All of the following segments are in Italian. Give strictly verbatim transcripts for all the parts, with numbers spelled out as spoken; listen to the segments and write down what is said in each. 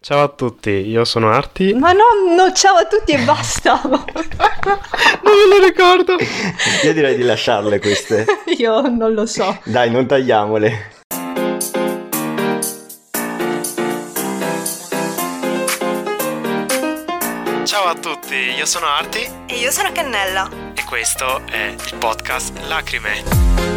Ciao a tutti, io sono Arti. Ma no, no, ciao a tutti e basta. Non me lo ricordo. Io direi di lasciarle queste. Io non lo so. Dai, non tagliamole. Ciao a tutti, io sono Arti. E io sono Cannella. E questo è il podcast Lacrime.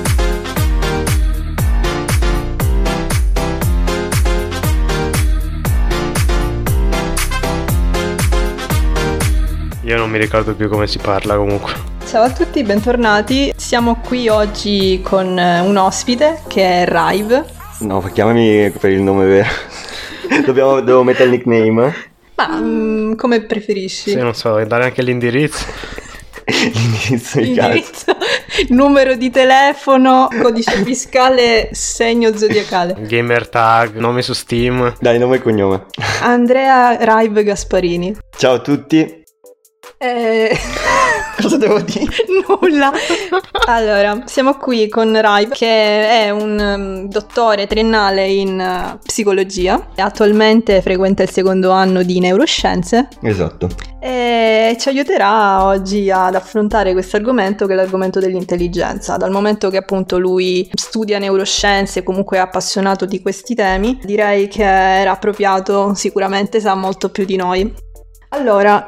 Io non mi ricordo più come si parla comunque. Ciao a tutti, bentornati. Siamo qui oggi con un ospite che è Rive. No, chiamami per il nome vero. Dobbiamo, devo mettere il nickname. Ma mm, come preferisci? Sì, non so, vuoi dare anche l'indirizzo? L'indirizzo di L'indirizzo, numero di telefono, codice fiscale, segno zodiacale. Gamer tag, nome su Steam. Dai, nome e cognome. Andrea Rive Gasparini. Ciao a tutti. Eh... Cosa devo dire? Nulla. Allora, siamo qui con Rive, che è un um, dottore triennale in uh, psicologia. Attualmente frequenta il secondo anno di neuroscienze. Esatto. E ci aiuterà oggi ad affrontare questo argomento, che è l'argomento dell'intelligenza. Dal momento che appunto lui studia neuroscienze e comunque è appassionato di questi temi, direi che era appropriato, sicuramente sa molto più di noi. Allora,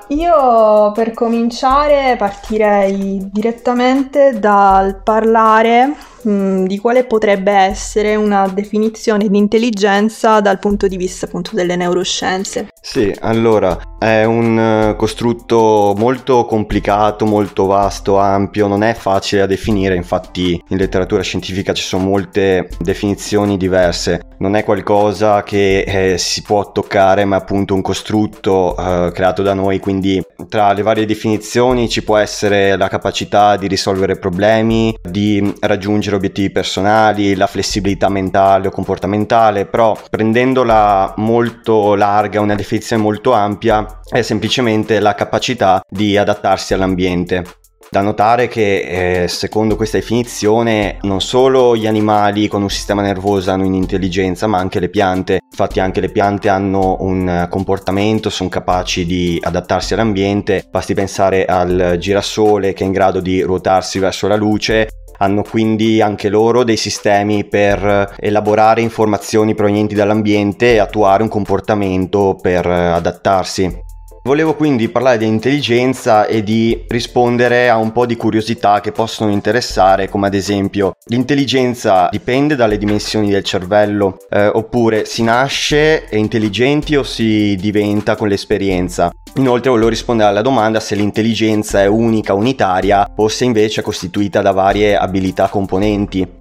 io per cominciare partirei direttamente dal parlare mh, di quale potrebbe essere una definizione di intelligenza dal punto di vista appunto delle neuroscienze. Sì, allora, è un costrutto molto complicato, molto vasto, ampio, non è facile da definire, infatti in letteratura scientifica ci sono molte definizioni diverse, non è qualcosa che eh, si può toccare, ma è appunto un costrutto eh, creato da noi, quindi tra le varie definizioni ci può essere la capacità di risolvere problemi, di raggiungere obiettivi personali, la flessibilità mentale o comportamentale, però prendendola molto larga, una definizione molto ampia, è semplicemente la capacità di adattarsi all'ambiente. Da notare che eh, secondo questa definizione non solo gli animali con un sistema nervoso hanno un'intelligenza, ma anche le piante. Infatti anche le piante hanno un comportamento, sono capaci di adattarsi all'ambiente. Basti pensare al girasole che è in grado di ruotarsi verso la luce. Hanno quindi anche loro dei sistemi per elaborare informazioni provenienti dall'ambiente e attuare un comportamento per adattarsi. Volevo quindi parlare di intelligenza e di rispondere a un po' di curiosità che possono interessare, come ad esempio l'intelligenza dipende dalle dimensioni del cervello, eh, oppure si nasce intelligenti o si diventa con l'esperienza. Inoltre volevo rispondere alla domanda se l'intelligenza è unica, unitaria, o se invece è costituita da varie abilità componenti.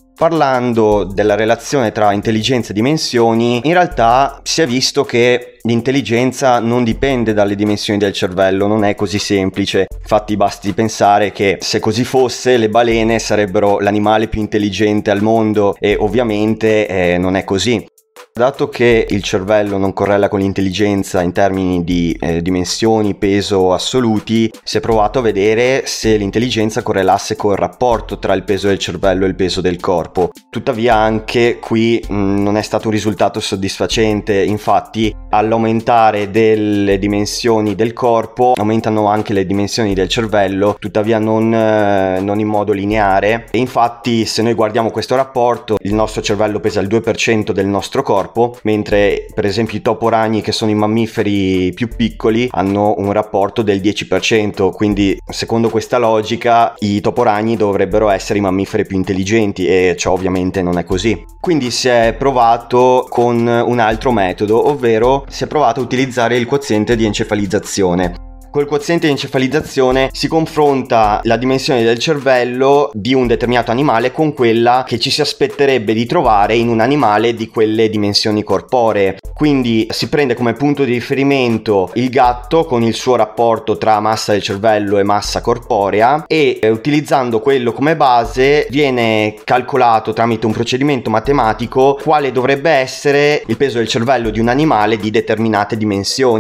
Parlando della relazione tra intelligenza e dimensioni, in realtà si è visto che l'intelligenza non dipende dalle dimensioni del cervello, non è così semplice. Infatti basti pensare che se così fosse le balene sarebbero l'animale più intelligente al mondo e ovviamente eh, non è così. Dato che il cervello non correla con l'intelligenza in termini di eh, dimensioni, peso assoluti, si è provato a vedere se l'intelligenza correlasse col rapporto tra il peso del cervello e il peso del corpo. Tuttavia anche qui mh, non è stato un risultato soddisfacente, infatti all'aumentare delle dimensioni del corpo aumentano anche le dimensioni del cervello, tuttavia non, eh, non in modo lineare. E infatti se noi guardiamo questo rapporto, il nostro cervello pesa il due per cento del nostro corpo, mentre per esempio i toporagni, che sono i mammiferi più piccoli, hanno un rapporto del dieci per cento, quindi secondo questa logica i toporagni dovrebbero essere i mammiferi più intelligenti e ciò ovviamente non è così. Quindi si è provato con un altro metodo, ovvero si è provato a utilizzare il quoziente di encefalizzazione. Col quoziente di encefalizzazione si confronta la dimensione del cervello di un determinato animale con quella che ci si aspetterebbe di trovare in un animale di quelle dimensioni corporee. Quindi si prende come punto di riferimento il gatto con il suo rapporto tra massa del cervello e massa corporea e eh, utilizzando quello come base viene calcolato tramite un procedimento matematico quale dovrebbe essere il peso del cervello di un animale di determinate dimensioni.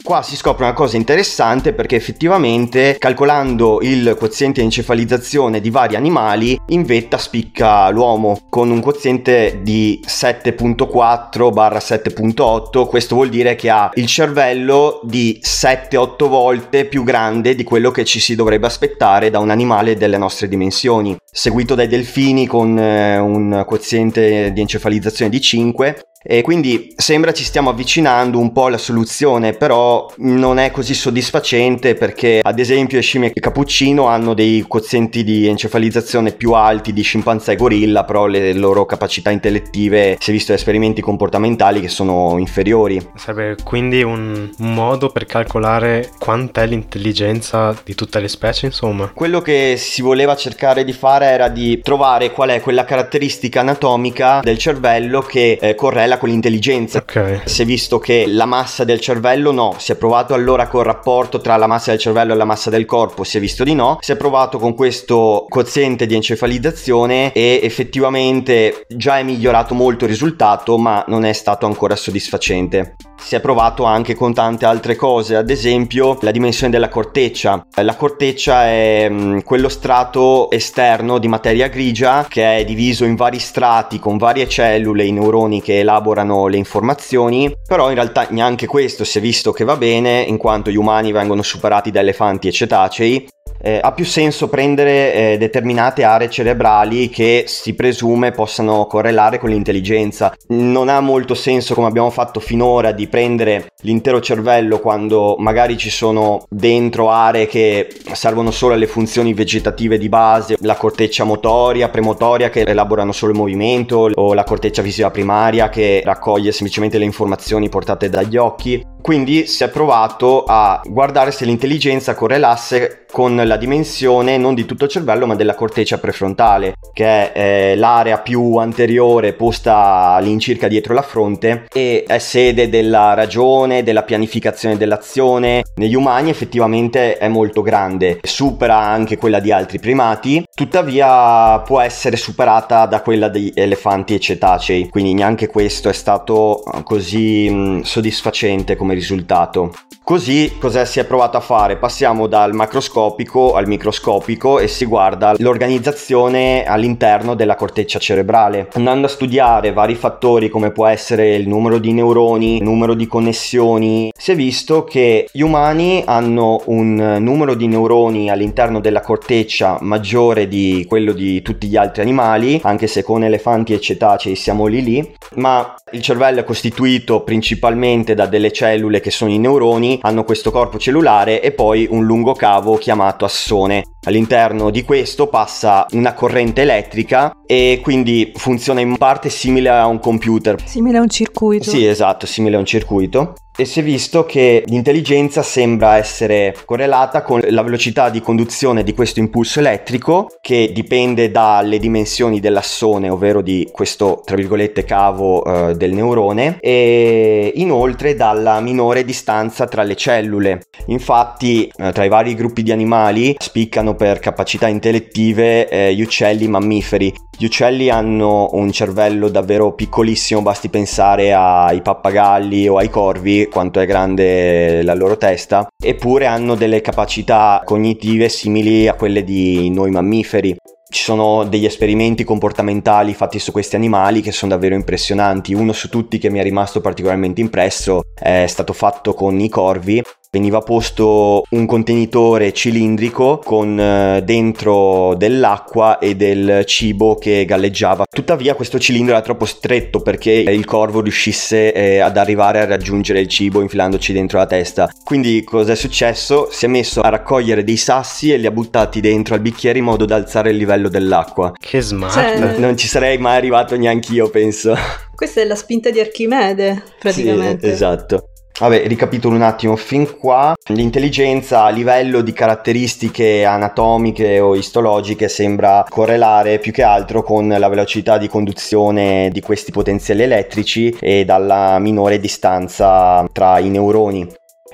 Qua si scopre una cosa interessante, perché effettivamente calcolando il quoziente di encefalizzazione di vari animali, in vetta spicca l'uomo con un quoziente di sette virgola quattro barra sette virgola otto. Questo vuol dire che ha il cervello di sette otto volte più grande di quello che ci si dovrebbe aspettare da un animale delle nostre dimensioni, seguito dai delfini con eh, un quoziente di encefalizzazione di cinque. E quindi sembra ci stiamo avvicinando un po' alla soluzione, però non è così soddisfacente, perché ad esempio le scimmie cappuccino hanno dei quozienti di encefalizzazione più alti di scimpanzé e gorilla, però le loro capacità intellettive, si è visto da esperimenti comportamentali, che sono inferiori. Sarebbe quindi un modo per calcolare quant'è l'intelligenza di tutte le specie, insomma. Quello che si voleva cercare di fare era di trovare qual è quella caratteristica anatomica del cervello che eh, correla con l'intelligenza. Ok. Si è visto che la massa del cervello no, si è provato allora col rapporto tra la massa del cervello e la massa del corpo, si è visto di no, si è provato con questo quoziente di encefalizzazione e effettivamente già è migliorato molto il risultato, ma non è stato ancora soddisfacente. Si è provato anche con tante altre cose, ad esempio la dimensione della corteccia. La corteccia è mh, quello strato esterno di materia grigia che è diviso in vari strati con varie cellule, i neuroni che elaborano le informazioni, però in realtà neanche questo si è visto che va bene, in quanto gli umani vengono superati da elefanti e cetacei. Eh, ha più senso prendere eh, determinate aree cerebrali che si presume possano correlare con l'intelligenza. Non ha molto senso, come abbiamo fatto finora, di prendere l'intero cervello quando magari ci sono dentro aree che servono solo alle funzioni vegetative di base, la corteccia motoria, premotoria che elaborano solo il movimento, o la corteccia visiva primaria che raccoglie semplicemente le informazioni portate dagli occhi. Quindi si è provato a guardare se l'intelligenza correlasse con la dimensione non di tutto il cervello ma della corteccia prefrontale, che è eh, l'area più anteriore posta all'incirca dietro la fronte e è sede della ragione, della pianificazione dell'azione. Negli umani effettivamente è molto grande, supera anche quella di altri primati, tuttavia può essere superata da quella di elefanti e cetacei, quindi neanche questo è stato così mh, soddisfacente come risultato. Così cosa si è provato a fare? Passiamo dal macroscopico al microscopico e si guarda l'organizzazione all'interno della corteccia cerebrale, andando a studiare vari fattori come può essere il numero di neuroni, il numero di connessioni. Si è visto che gli umani hanno un numero di neuroni all'interno della corteccia maggiore di quello di tutti gli altri animali, anche se con elefanti e cetacei siamo lì lì, ma il cervello è costituito principalmente da delle cellule che sono i neuroni, hanno questo corpo cellulare e poi un lungo cavo chiamato assone. All'interno di questo passa una corrente elettrica e quindi funziona in parte simile a un computer. Simile a un circuito. Sì, esatto, simile a un circuito. E si è visto che l'intelligenza sembra essere correlata con la velocità di conduzione di questo impulso elettrico, che dipende dalle dimensioni dell'assone, ovvero di questo, tra virgolette, cavo eh, del neurone, e inoltre dalla minore distanza tra le cellule. Infatti, eh, tra i vari gruppi di animali spiccano per capacità intellettive eh, gli uccelli mammiferi. Gli uccelli hanno un cervello davvero piccolissimo, basti pensare ai pappagalli o ai corvi, quanto è grande la loro testa, eppure hanno delle capacità cognitive simili a quelle di noi mammiferi. Ci sono degli esperimenti comportamentali fatti su questi animali che sono davvero impressionanti. Uno su tutti che mi è rimasto particolarmente impresso è stato fatto con i corvi. Veniva posto un contenitore cilindrico con eh, dentro dell'acqua e del cibo che galleggiava. Tuttavia questo cilindro era troppo stretto perché il corvo riuscisse eh, ad arrivare a raggiungere il cibo infilandoci dentro la testa. Quindi cosa è successo? Si è messo a raccogliere dei sassi e li ha buttati dentro al bicchiere in modo da alzare il livello dell'acqua. Che smart. Cioè... Non ci sarei mai arrivato neanch'io, penso. Questa è la spinta di Archimede, praticamente. Sì, esatto. Vabbè, ricapitolo un attimo fin qua. L'intelligenza a livello di caratteristiche anatomiche o istologiche sembra correlare più che altro con la velocità di conduzione di questi potenziali elettrici e dalla minore distanza tra i neuroni.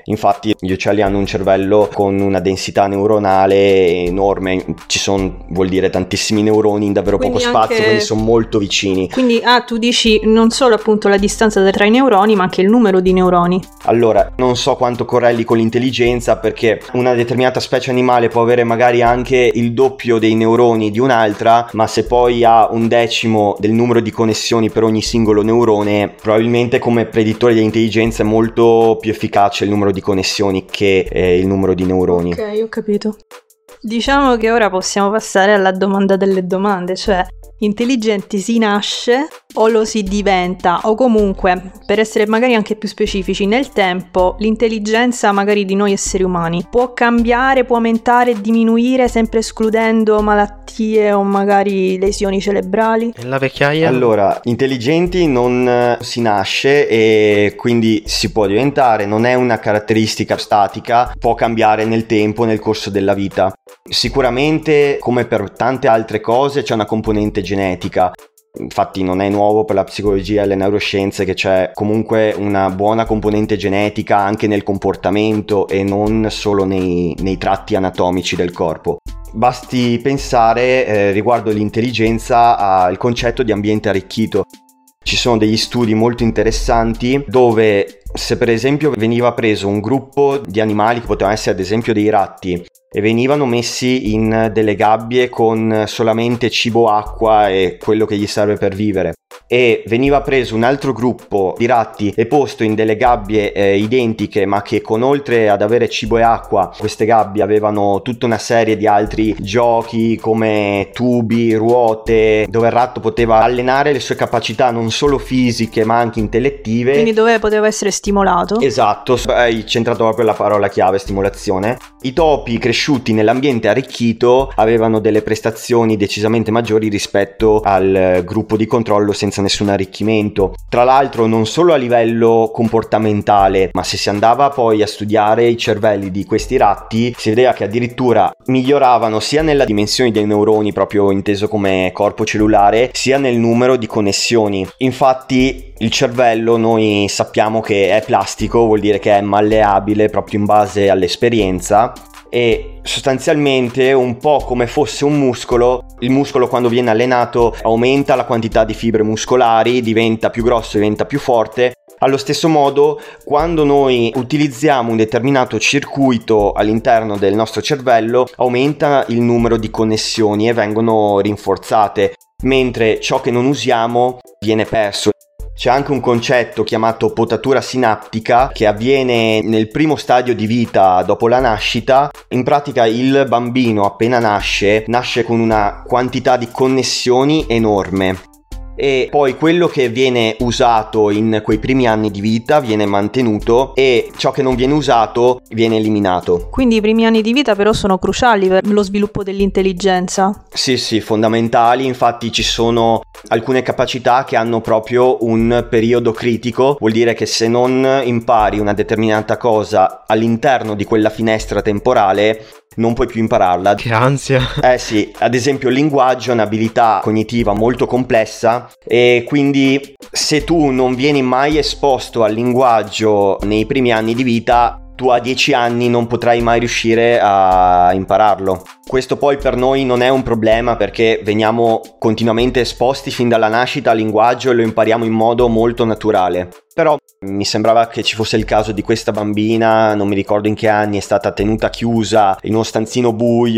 Infatti gli uccelli hanno un cervello con una densità neuronale enorme, ci sono, vuol dire, tantissimi neuroni in davvero Quindi poco spazio, anche... quindi sono molto vicini. Quindi ah, tu dici non solo appunto la distanza tra i neuroni, ma anche il numero di neuroni. Allora, non so quanto correlli con l'intelligenza, perché una determinata specie animale può avere magari anche il doppio dei neuroni di un'altra, ma se poi ha un decimo del numero di connessioni per ogni singolo neurone, probabilmente come predittore di intelligenza è molto più efficace il numero di connessioni che eh, il numero di neuroni. Ok, ho capito. Diciamo che ora possiamo passare alla domanda delle domande, cioè intelligenti si nasce o lo si diventa, o comunque, per essere magari anche più specifici, nel tempo l'intelligenza magari di noi esseri umani può cambiare, può aumentare e diminuire, sempre escludendo malattie o magari lesioni cerebrali? E la vecchiaia? Allora, intelligenti non si nasce e quindi si può diventare, non è una caratteristica statica, può cambiare nel tempo, nel corso della vita. Sicuramente, come per tante altre cose, c'è una componente genetica. Infatti non è nuovo per la psicologia e le neuroscienze che c'è comunque una buona componente genetica anche nel comportamento e non solo nei, nei tratti anatomici del corpo. Basti pensare eh, riguardo l'intelligenza al concetto di ambiente arricchito. Ci sono degli studi molto interessanti dove, se per esempio veniva preso un gruppo di animali che potevano essere ad esempio dei ratti e venivano messi in delle gabbie con solamente cibo, acqua e quello che gli serve per vivere, e veniva preso un altro gruppo di ratti e posto in delle gabbie eh, identiche, ma che con, oltre ad avere cibo e acqua, queste gabbie avevano tutta una serie di altri giochi come tubi, ruote, dove il ratto poteva allenare le sue capacità non solo fisiche ma anche intellettive. Quindi dove poteva essere stimolato? Esatto, hai centrato proprio la parola chiave, stimolazione. I topi cresciuti nell'ambiente arricchito avevano delle prestazioni decisamente maggiori rispetto al gruppo di controllo senza nessun arricchimento. Tra l'altro non solo a livello comportamentale, ma se si andava poi a studiare i cervelli di questi ratti, si vedeva che addirittura miglioravano sia nella dimensione dei neuroni, proprio inteso come corpo cellulare, sia nel numero di connessioni. Infatti il cervello, noi sappiamo che è plastico, vuol dire che è malleabile proprio in base all'esperienza, e sostanzialmente un po' come fosse un muscolo. Il muscolo, quando viene allenato, aumenta la quantità di fibre muscolari, diventa più grosso, diventa più forte. Allo stesso modo, quando noi utilizziamo un determinato circuito all'interno del nostro cervello, aumenta il numero di connessioni e vengono rinforzate, mentre ciò che non usiamo viene perso. C'è anche un concetto chiamato potatura sinaptica che avviene nel primo stadio di vita dopo la nascita. In pratica il bambino appena nasce, nasce con una quantità di connessioni enorme, e poi quello che viene usato in quei primi anni di vita viene mantenuto e ciò che non viene usato viene eliminato. Quindi i primi anni di vita però sono cruciali per lo sviluppo dell'intelligenza. Sì, sì, fondamentali. Infatti ci sono alcune capacità che hanno proprio un periodo critico. Vuol dire che se non impari una determinata cosa all'interno di quella finestra temporale, non puoi più impararla. Che ansia. Eh sì, ad esempio il linguaggio è un'abilità cognitiva molto complessa, e quindi se tu non vieni mai esposto al linguaggio nei primi anni di vita, tu a dieci anni non potrai mai riuscire a impararlo. Questo poi per noi non è un problema, perché veniamo continuamente esposti fin dalla nascita al linguaggio e lo impariamo in modo molto naturale. Però mi sembrava che ci fosse il caso di questa bambina, non mi ricordo in che anni, è stata tenuta chiusa in uno stanzino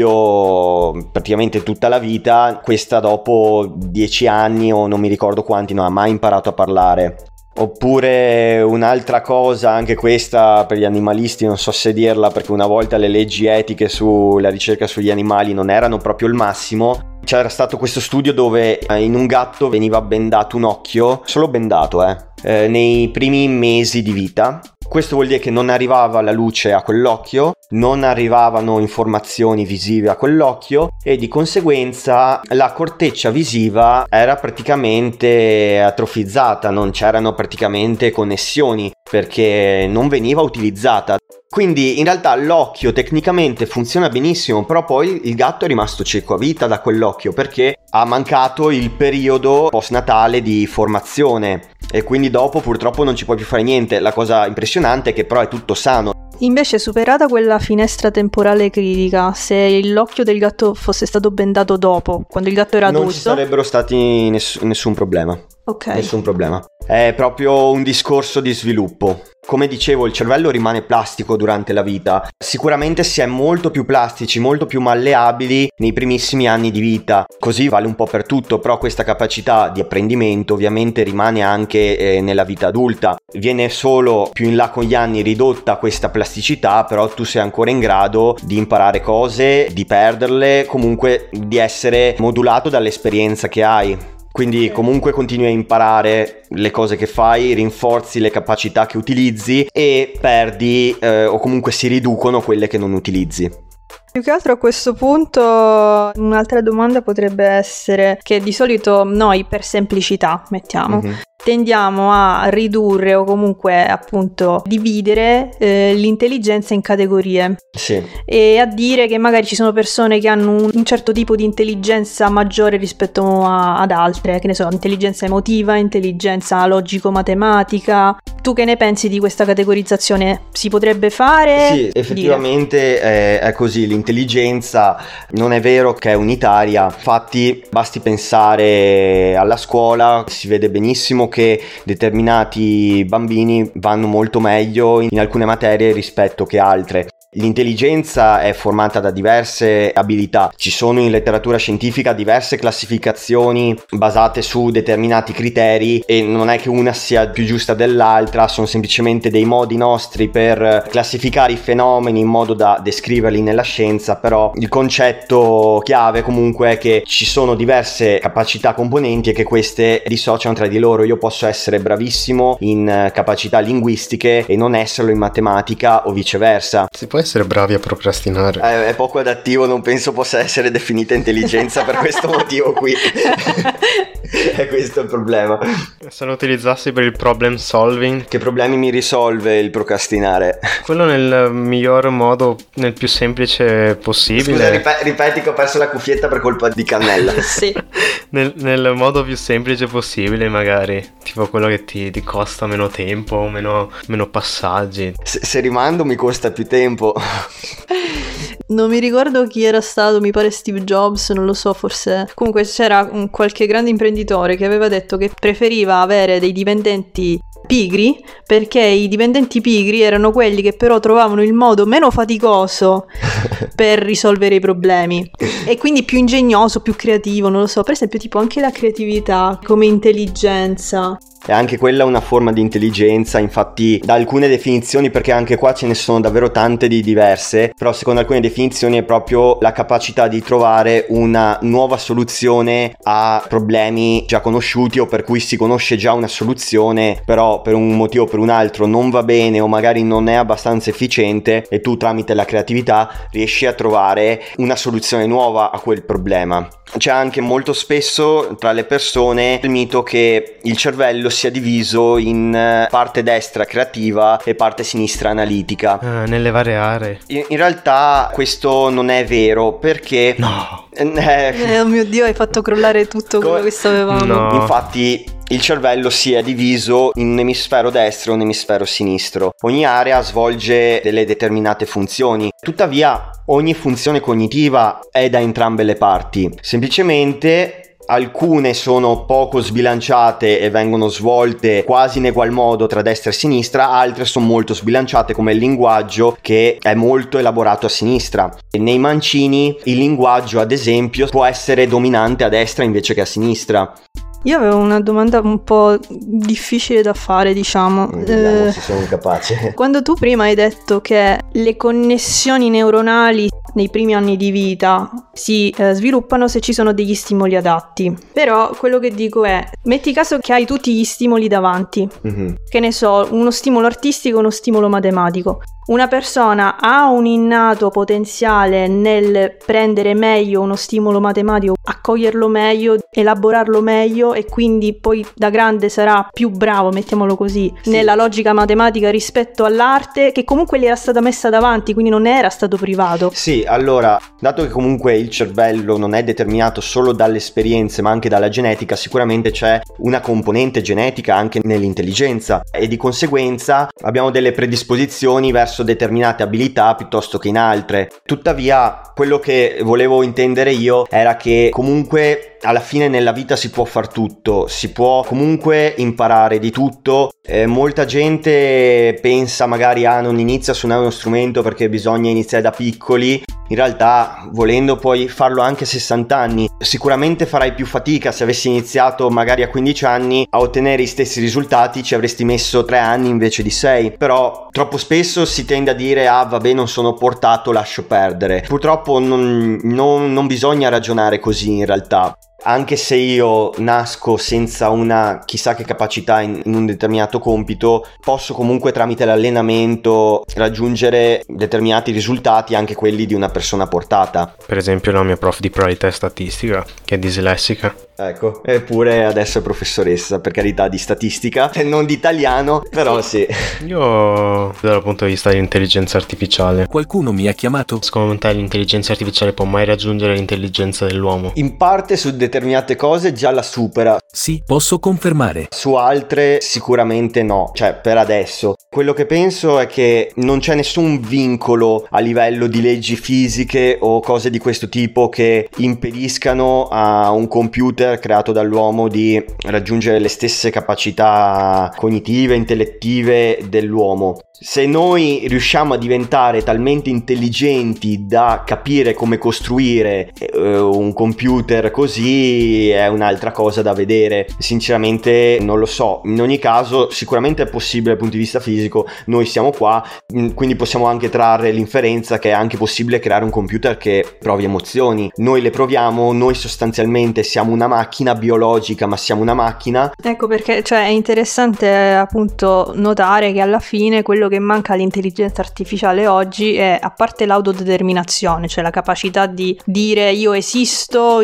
buio praticamente tutta la vita. Questa dopo dieci anni o non mi ricordo quanti non ha mai imparato a parlare. Oppure un'altra cosa, anche questa per gli animalisti non so se dirla, perché una volta le leggi etiche sulla ricerca sugli animali non erano proprio il massimo. C'era stato questo studio dove in un gatto veniva bendato un occhio, solo bendato eh, eh nei primi mesi di vita. Questo vuol dire che non arrivava la luce a quell'occhio, non arrivavano informazioni visive a quell'occhio, e di conseguenza la corteccia visiva era praticamente atrofizzata, non c'erano praticamente connessioni. perché non veniva utilizzata. Quindi in realtà l'occhio tecnicamente funziona benissimo, però poi il gatto è rimasto cieco a vita da quell'occhio perché ha mancato il periodo postnatale di formazione e quindi dopo purtroppo non ci puoi più fare niente. La cosa impressionante è che però è tutto sano. Invece, superata quella finestra temporale critica, se l'occhio del gatto fosse stato bendato dopo, quando il gatto era adulto, non ci sarebbero stati ness- nessun problema. Ok. Nessun problema. È proprio un discorso di sviluppo. Come dicevo, il cervello rimane plastico durante la vita. Sicuramente si è molto più plastici, molto più malleabili nei primissimi anni di vita. Così vale un po' per tutto, però questa capacità di apprendimento ovviamente rimane anche eh, nella vita adulta. Viene solo più in là con gli anni ridotta questa plasticità, però tu sei ancora in grado di imparare cose, di perderle, comunque di essere modulato dall'esperienza che hai. Quindi comunque continui a imparare le cose che fai, rinforzi le capacità che utilizzi e perdi eh, o comunque si riducono quelle che non utilizzi. Più che altro a questo punto un'altra domanda potrebbe essere che di solito noi per semplicità, mettiamo, mm-hmm. tendiamo a ridurre o comunque appunto dividere eh, l'intelligenza in categorie. Sì. E a dire che magari ci sono persone che hanno un, un certo tipo di intelligenza maggiore rispetto a, ad altre, che ne so, intelligenza emotiva, intelligenza logico-matematica. Tu che ne pensi di questa categorizzazione? Si potrebbe fare? Sì, effettivamente è, è così. L'intelligenza non è vero che è unitaria, infatti basti pensare alla scuola, si vede benissimo che determinati bambini vanno molto meglio in alcune materie rispetto che altre. L'intelligenza è formata da diverse abilità, ci sono in letteratura scientifica diverse classificazioni basate su determinati criteri e non è che una sia più giusta dell'altra, sono semplicemente dei modi nostri per classificare i fenomeni in modo da descriverli nella scienza, però il concetto chiave comunque è che ci sono diverse capacità componenti e che queste dissociano tra di loro. Io posso essere bravissimo in capacità linguistiche e non esserlo in matematica o viceversa. Si può essere bravi a procrastinare. È, è poco adattivo, non penso possa essere definita intelligenza per questo motivo qui. È questo il problema. Se lo utilizzassi per il problem solving. Che problemi mi risolve il procrastinare? Quello nel miglior modo, nel più semplice possibile. Scusa, ripeti, ripeti che ho perso la cuffietta per colpa di cannella. Sì. Nel, nel modo più semplice possibile, magari. Tipo quello che ti, ti costa meno tempo, meno, meno passaggi. Se, se rimando mi costa più tempo. Non mi ricordo chi era stato, mi pare Steve Jobs, non lo so, forse. Comunque c'era un qualche grande imprenditore che aveva detto che preferiva avere dei dipendenti pigri perché i dipendenti pigri erano quelli che però trovavano il modo meno faticoso per risolvere i problemi e quindi più ingegnoso, più creativo, non lo so. Per esempio tipo anche la creatività come intelligenza. È anche quella una forma di intelligenza, infatti da alcune definizioni, perché anche qua ce ne sono davvero tante di diverse, però secondo alcune definizioni è proprio la capacità di trovare una nuova soluzione a problemi già conosciuti o per cui si conosce già una soluzione, però per un motivo o per un altro non va bene o magari non è abbastanza efficiente e tu tramite la creatività riesci a trovare una soluzione nuova a quel problema. C'è anche molto spesso tra le persone il mito che il cervello sia diviso in parte destra creativa e parte sinistra analitica. Ah, nelle varie aree. In, in realtà questo non è vero perché... No. Eh, eh, oh mio Dio, hai fatto crollare tutto quello come... che sapevamo. No. Infatti il cervello si è diviso in un emisfero destro e un emisfero sinistro. Ogni area svolge delle determinate funzioni. Tuttavia ogni funzione cognitiva è da entrambe le parti. Semplicemente alcune sono poco sbilanciate e vengono svolte quasi in egual modo tra destra e sinistra, altre sono molto sbilanciate come il linguaggio che è molto elaborato a sinistra. E nei mancini il linguaggio ad esempio può essere dominante a destra invece che a sinistra. Io avevo una domanda un po' difficile da fare, diciamo. Vediamo eh, se sono capace. Quando tu prima hai detto che le connessioni neuronali nei primi anni di vita si eh, sviluppano se ci sono degli stimoli adatti. Però quello che dico è, metti caso che hai tutti gli stimoli davanti, mm-hmm. che ne so, uno stimolo artistico e uno stimolo matematico. Una persona ha un innato potenziale nel prendere meglio uno stimolo matematico, accoglierlo meglio, elaborarlo meglio e quindi poi da grande sarà più bravo, mettiamolo così, sì. nella logica matematica rispetto all'arte che comunque gli era stata messa davanti, quindi non era stato privato. Sì, allora, dato che comunque il cervello non è determinato solo dalle esperienze ma anche dalla genetica, sicuramente c'è una componente genetica anche nell'intelligenza e di conseguenza abbiamo delle predisposizioni verso determinate abilità piuttosto che in altre. Tuttavia, quello che volevo intendere io era che comunque alla fine nella vita si può far tutto, si può comunque imparare di tutto. Eh, molta gente pensa magari a ah, non inizia a suonare uno strumento perché bisogna iniziare da piccoli. In realtà, volendo, puoi farlo anche a sessanta anni. Sicuramente farai più fatica se avessi iniziato magari a quindici anni a ottenere gli stessi risultati, ci avresti messo tre anni invece di sei. Però troppo spesso si tende a dire ah vabbè, non sono portato, lascio perdere. Purtroppo non, non, non bisogna ragionare così in realtà. Anche se io nasco senza una chissà che capacità in, in un determinato compito, posso comunque tramite l'allenamento raggiungere determinati risultati, anche quelli di una persona portata. Per esempio la mia prof di probabilità e statistica, che è dislessica. Ecco, eppure adesso è professoressa, per carità, di statistica, non di italiano, però sì. Io, dal punto di vista dell'intelligenza artificiale, qualcuno mi ha chiamato? Secondo te l'intelligenza artificiale può mai raggiungere l'intelligenza dell'uomo? In parte su determinate cose già la supera. Sì, posso confermare. Su altre sicuramente no, cioè per adesso. Quello che penso è che non c'è nessun vincolo a livello di leggi fisiche o cose di questo tipo che impediscano a un computer creato dall'uomo di raggiungere le stesse capacità cognitive, intellettive dell'uomo. Se noi riusciamo a diventare talmente intelligenti da capire come costruire eh, un computer così, è un'altra cosa da vedere. Sinceramente non lo so. In ogni caso sicuramente è possibile dal punto di vista fisico. Noi siamo qua, quindi possiamo anche trarre l'inferenza che è anche possibile creare un computer che provi emozioni. Noi le proviamo, noi sostanzialmente siamo una macchina biologica, ma siamo una macchina. Ecco perché, cioè, è interessante appunto notare che alla fine quello che manca all'intelligenza artificiale oggi è, a parte l'autodeterminazione, cioè la capacità di dire io esisto,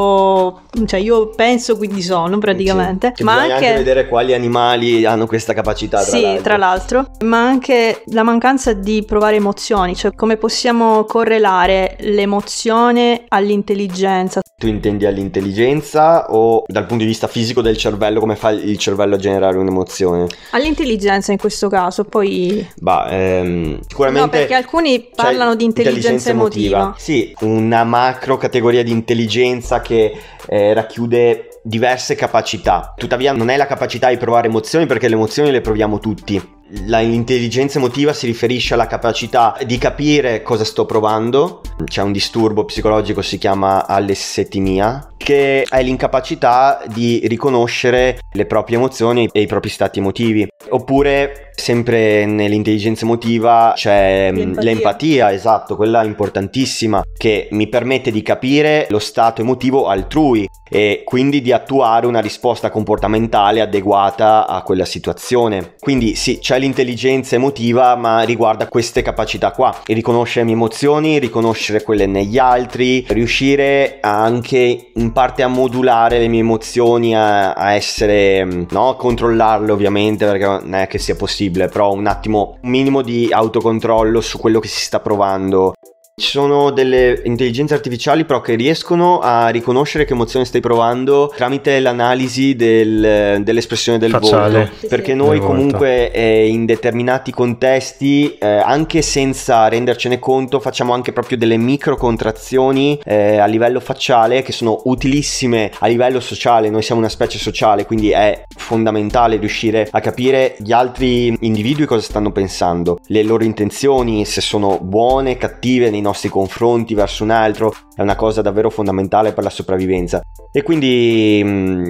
io cioè io penso quindi sono praticamente, sì, ma anche... anche vedere quali animali hanno questa capacità, tra sì, l'altro. tra l'altro, ma anche la mancanza di provare emozioni, cioè come possiamo correlare l'emozione all'intelligenza. Tu intendi all'intelligenza o dal punto di vista fisico del cervello, come fa il cervello a generare un'emozione? All'intelligenza in questo caso, poi... Bah, ehm, sicuramente... No, perché alcuni parlano di intelligenza, intelligenza emotiva. emotiva. Sì, una macro categoria di intelligenza che eh, racchiude diverse capacità. Tuttavia non è la capacità di provare emozioni, perché le emozioni le proviamo tutti. La, l'intelligenza emotiva si riferisce alla capacità di capire cosa sto provando. C'è un disturbo psicologico, si chiama alessetimia, che è l'incapacità di riconoscere le proprie emozioni e i propri stati emotivi. Oppure, sempre nell'intelligenza emotiva, c'è l'empatia. l'empatia, esatto, quella importantissima, che mi permette di capire lo stato emotivo altrui e quindi di attuare una risposta comportamentale adeguata a quella situazione. Quindi sì, c'è l'intelligenza emotiva, ma riguarda queste capacità qua: e riconoscere le mie emozioni, riconoscere quelle negli altri, riuscire anche in parte a modulare le mie emozioni, a, a essere, no, a controllarle ovviamente, perché non è che sia possibile, però un attimo, un minimo di autocontrollo su quello che si sta provando. Ci sono delle intelligenze artificiali però che riescono a riconoscere che emozione stai provando tramite l'analisi del, dell'espressione del facciale, volto, perché noi comunque eh, in determinati contesti, eh, anche senza rendercene conto, facciamo anche proprio delle micro contrazioni eh, a livello facciale che sono utilissime a livello sociale. Noi siamo una specie sociale, quindi è fondamentale riuscire a capire gli altri individui cosa stanno pensando, le loro intenzioni, se sono buone, cattive nei nostri confronti verso un altro. È una cosa davvero fondamentale per la sopravvivenza. E quindi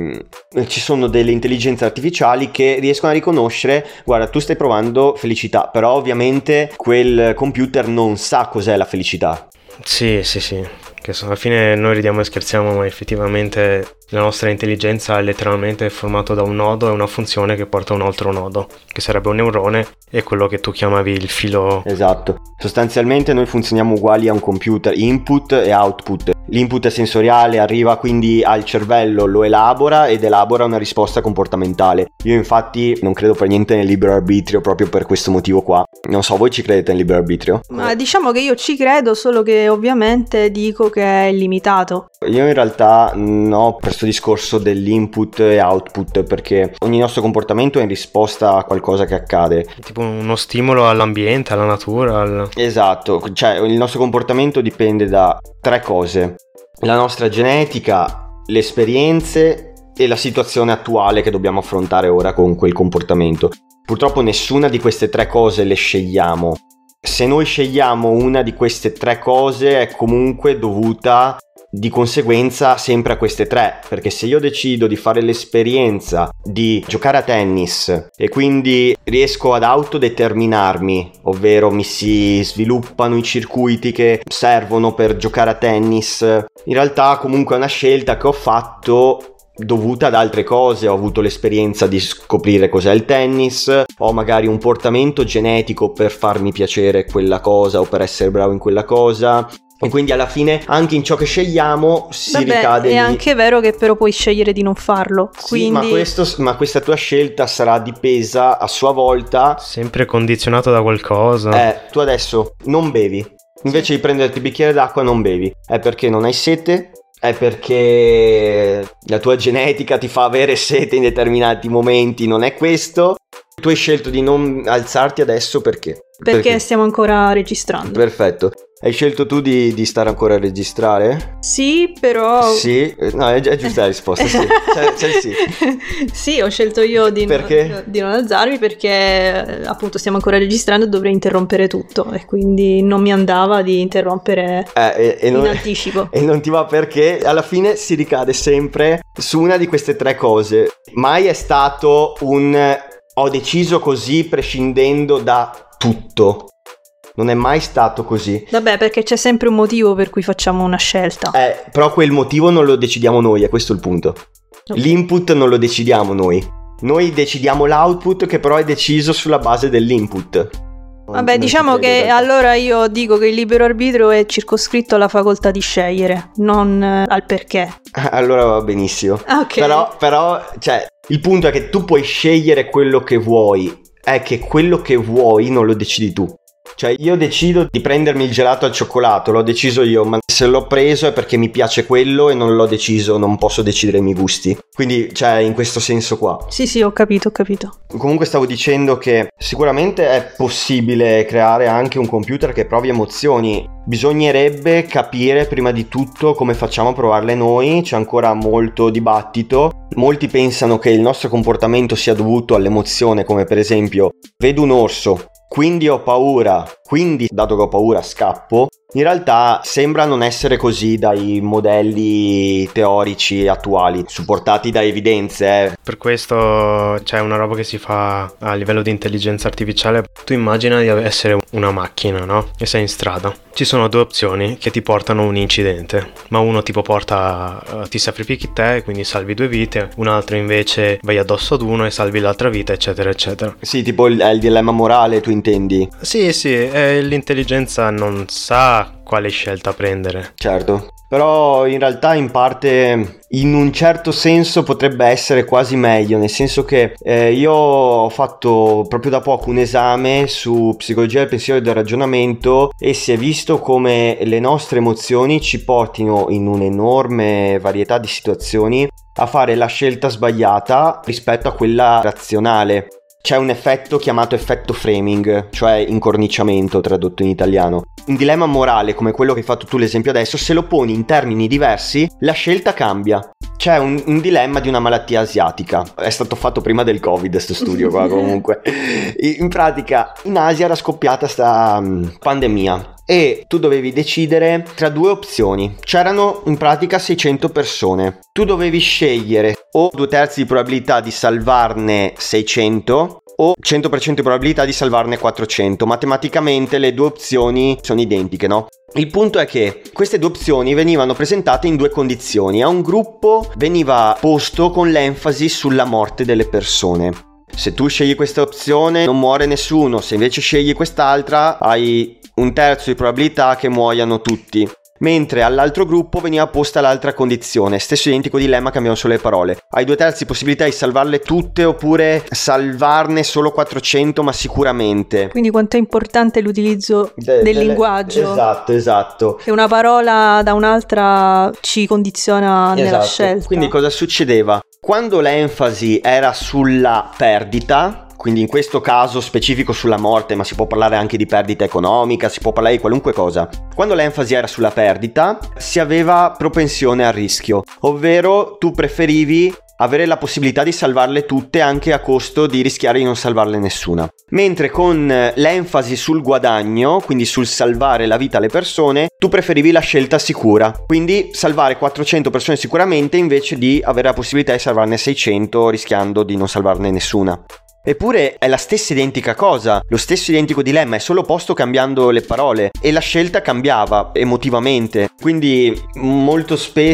mh, ci sono delle intelligenze artificiali che riescono a riconoscere: guarda, tu stai provando felicità, però ovviamente quel computer non sa cos'è la felicità. Sì, sì, sì. Che alla fine noi ridiamo e scherziamo, ma effettivamente la nostra intelligenza è letteralmente formata da un nodo e una funzione che porta a un altro nodo, che sarebbe un neurone, e quello che tu chiamavi il filo. Esatto. Sostanzialmente noi funzioniamo uguali a un computer, input e output. L'input sensoriale arriva quindi al cervello, lo elabora ed elabora una risposta comportamentale. Io infatti non credo per niente nel libero arbitrio proprio per questo motivo qua. Non so, voi ci credete nel libero arbitrio? Ma diciamo che io ci credo, solo che ovviamente dico che è limitato. Io in realtà no, per questo discorso dell'input e output, perché ogni nostro comportamento è in risposta a qualcosa che accade. Tipo uno stimolo all'ambiente, alla natura. Al... Esatto, cioè il nostro comportamento dipende da tre cose: la nostra genetica, le esperienze e la situazione attuale che dobbiamo affrontare ora con quel comportamento. Purtroppo nessuna di queste tre cose le scegliamo. Se noi scegliamo una di queste tre cose è comunque dovuta di conseguenza sempre a queste tre, perché se io decido di fare l'esperienza di giocare a tennis e quindi riesco ad autodeterminarmi, ovvero mi si sviluppano i circuiti che servono per giocare a tennis, in realtà comunque è una scelta che ho fatto dovuta ad altre cose. Ho avuto l'esperienza di scoprire cos'è il tennis, ho magari un portamento genetico per farmi piacere quella cosa o per essere bravo in quella cosa, e quindi alla fine anche in ciò che scegliamo si Vabbè, ricade è lì. anche vero che però puoi scegliere di non farlo, Sì, quindi... ma, questo, ma questa tua scelta sarà dipesa a sua volta. Sempre condizionato da qualcosa. Eh, tu adesso non bevi, invece di prenderti il bicchiere d'acqua non bevi, è perché non hai sete? È perché la tua genetica ti fa avere sete in determinati momenti? Non è questo? Tu hai scelto di non alzarti adesso perché? Perché, perché? stiamo ancora registrando. Perfetto. Hai scelto tu di, di stare ancora a registrare? Sì, però... Sì, no, è, è giusta la risposta, sì. C'è, c'è il sì. Sì, ho scelto io di Perché? non, di non alzarmi perché appunto stiamo ancora registrando e dovrei interrompere tutto, e quindi non mi andava di interrompere Eh, e, e in non, anticipo. E non ti va perché alla fine si ricade sempre su una di queste tre cose. Mai è stato un ho deciso così prescindendo da tutto. Non è mai stato così. Vabbè, perché c'è sempre un motivo per cui facciamo una scelta. Eh, però quel motivo non lo decidiamo noi, è questo il punto. Okay. L'input non lo decidiamo noi. Noi decidiamo l'output, che però è deciso sulla base dell'input. Vabbè, Non diciamo ci credo, che in realtà. allora io dico che il libero arbitrio è circoscritto alla facoltà di scegliere, non eh, al perché. Allora va benissimo. Ah, ok. Però, però, cioè, il punto è che tu puoi scegliere quello che vuoi. È che quello che vuoi non lo decidi tu. Cioè, io decido di prendermi il gelato al cioccolato, l'ho deciso io, ma se l'ho preso è perché mi piace quello e non l'ho deciso, non posso decidere i miei gusti. Quindi, cioè, in questo senso qua. Sì, sì, ho capito, ho capito. Comunque stavo dicendo che sicuramente è possibile creare anche un computer che provi emozioni. Bisognerebbe capire prima di tutto come facciamo a provarle noi, c'è ancora molto dibattito. Molti pensano che il nostro comportamento sia dovuto all'emozione, come per esempio vedo un orso, quindi ho paura, quindi dato che ho paura scappo. In realtà sembra non essere così dai modelli teorici attuali, supportati da evidenze. Eh. Per questo c'è una roba che si fa a livello di intelligenza artificiale. Tu immagina di essere una macchina, no? E sei in strada. Ci sono due opzioni che ti portano a un incidente, ma uno tipo porta, uh, ti sacrifichi te, quindi salvi due vite, un altro invece vai addosso ad uno e salvi l'altra vita, eccetera, eccetera. Sì, tipo il, è il dilemma morale, tu intendi? Sì, sì, eh, l'intelligenza non sa quale scelta prendere. Certo. Però in realtà in parte, in un certo senso, potrebbe essere quasi meglio, nel senso che eh, io ho fatto proprio da poco un esame su psicologia del pensiero e del ragionamento e si è visto come le nostre emozioni ci portino in un'enorme varietà di situazioni a fare la scelta sbagliata rispetto a quella razionale. C'è un effetto chiamato effetto framing, cioè incorniciamento tradotto in italiano. Un dilemma morale come quello che hai fatto tu l'esempio adesso, se lo poni in termini diversi, la scelta cambia. C'è un, un dilemma di una malattia asiatica. È stato fatto prima del Covid sto studio qua comunque. In pratica in Asia era scoppiata sta um, pandemia e tu dovevi decidere tra due opzioni. C'erano in pratica seicento persone. Tu dovevi scegliere o due terzi di probabilità di salvarne seicento o cento per cento di probabilità di salvarne quattrocento. Matematicamente le due opzioni sono identiche, no? Il punto è che queste due opzioni venivano presentate in due condizioni. A un gruppo veniva posto con l'enfasi sulla morte delle persone. Se tu scegli questa opzione non muore nessuno, se invece scegli quest'altra hai un terzo di probabilità che muoiano tutti. Mentre all'altro gruppo veniva posta l'altra condizione, stesso identico dilemma, cambiano solo le parole. Hai due terzi possibilità di salvarle tutte oppure salvarne solo quattrocento ma sicuramente. Quindi quanto è importante l'utilizzo De- del delle... linguaggio. Esatto, esatto. Che una parola da un'altra ci condiziona esatto. nella scelta. Quindi cosa succedeva? Quando l'enfasi era sulla perdita, quindi in questo caso specifico sulla morte, ma si può parlare anche di perdita economica, si può parlare di qualunque cosa. Quando l'enfasi era sulla perdita, si aveva propensione al rischio, ovvero tu preferivi avere la possibilità di salvarle tutte anche a costo di rischiare di non salvarle nessuna. Mentre con l'enfasi sul guadagno, quindi sul salvare la vita alle persone, tu preferivi la scelta sicura, quindi salvare quattrocento persone sicuramente invece di avere la possibilità di salvarne seicento rischiando di non salvarne nessuna. Eppure è la stessa identica cosa, lo stesso identico dilemma, è solo posto cambiando le parole e la scelta cambiava emotivamente. Quindi molto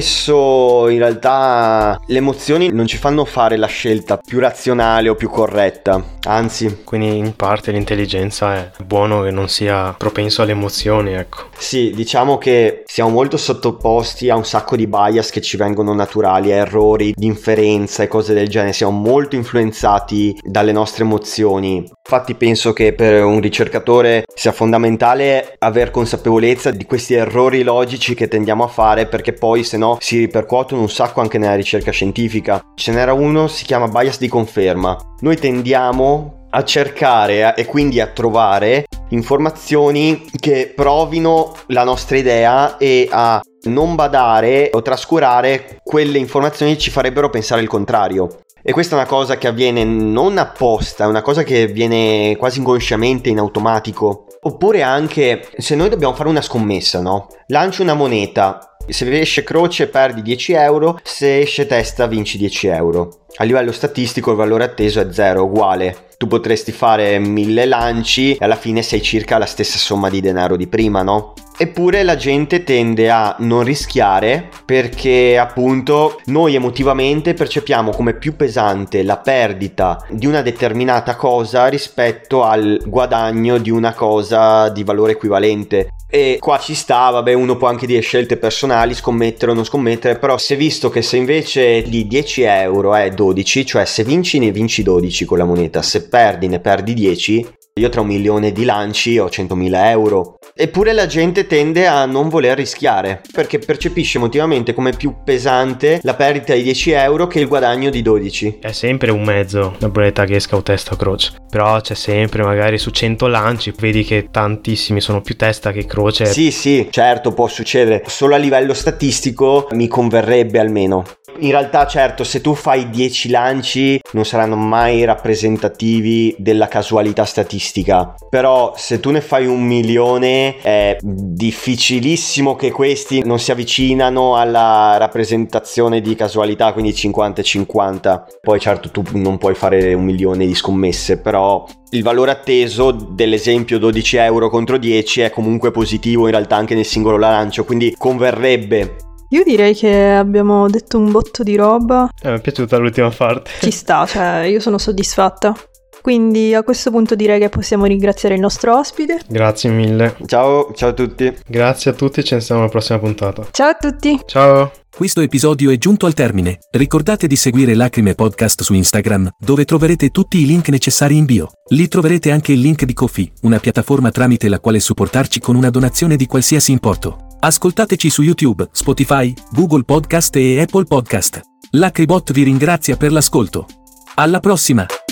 spesso in realtà le emozioni non ci fanno fare la scelta più razionale o più corretta, anzi. Quindi in parte l'intelligenza è buono che non sia propenso alle emozioni, ecco. Sì, diciamo che siamo molto sottoposti a un sacco di bias che ci vengono naturali, a errori di inferenza e cose del genere, siamo molto influenzati dalle nostre emozioni. Infatti penso che per un ricercatore sia fondamentale aver consapevolezza di questi errori logici che tendiamo a fare, perché poi se no si ripercuotono un sacco anche nella ricerca scientifica. Ce n'era uno, si chiama bias di conferma. Noi tendiamo a cercare e quindi a trovare informazioni che provino la nostra idea e a non badare o trascurare quelle informazioni che ci farebbero pensare il contrario. E questa è una cosa che avviene non apposta, è una cosa che avviene quasi inconsciamente, in automatico. Oppure anche se noi dobbiamo fare una scommessa, no? Lanci una moneta, se esce croce perdi dieci euro, se esce testa vinci dieci euro. A livello statistico il valore atteso è zero, uguale. Tu potresti fare mille lanci e alla fine sei circa la stessa somma di denaro di prima, no? Eppure la gente tende a non rischiare perché appunto noi emotivamente percepiamo come più pesante la perdita di una determinata cosa rispetto al guadagno di una cosa di valore equivalente. E qua ci sta, vabbè, uno può anche dire scelte personali, scommettere o non scommettere, però si è visto che se invece di dieci euro è dodici, cioè se vinci ne vinci dodici con la moneta, se perdi ne perdi dieci, io tra un milione di lanci ho centomila euro. Eppure la gente tende a non voler rischiare perché percepisce emotivamente come più pesante la perdita di dieci euro che il guadagno di dodici. È sempre un mezzo la boletta che esca o testa o croce, però c'è sempre, magari su cento lanci vedi che tantissimi sono più testa che croce. Sì sì, certo, può succedere, solo a livello statistico mi converrebbe almeno. In realtà certo, se tu fai dieci lanci non saranno mai rappresentativi della casualità statistica, però se tu ne fai un milione è difficilissimo che questi non si avvicinano alla rappresentazione di casualità, quindi cinquanta e cinquanta. Poi certo tu non puoi fare un milione di scommesse, però il valore atteso dell'esempio dodici euro contro dieci è comunque positivo in realtà anche nel singolo lancio, quindi converrebbe. Io direi che abbiamo detto un botto di roba. Eh, mi è piaciuta l'ultima parte. Ci sta, cioè io sono soddisfatta. Quindi a questo punto direi che possiamo ringraziare il nostro ospite. Grazie mille. Ciao, ciao a tutti. Grazie a tutti, ci vediamo alla prossima puntata. Ciao a tutti. Ciao. Questo episodio è giunto al termine. Ricordate di seguire Lacrime Podcast su Instagram, dove troverete tutti i link necessari in bio. Lì troverete anche il link di Ko-fi, una piattaforma tramite la quale supportarci con una donazione di qualsiasi importo. Ascoltateci su YouTube, Spotify, Google Podcast e Apple Podcast. Lacribot vi ringrazia per l'ascolto. Alla prossima!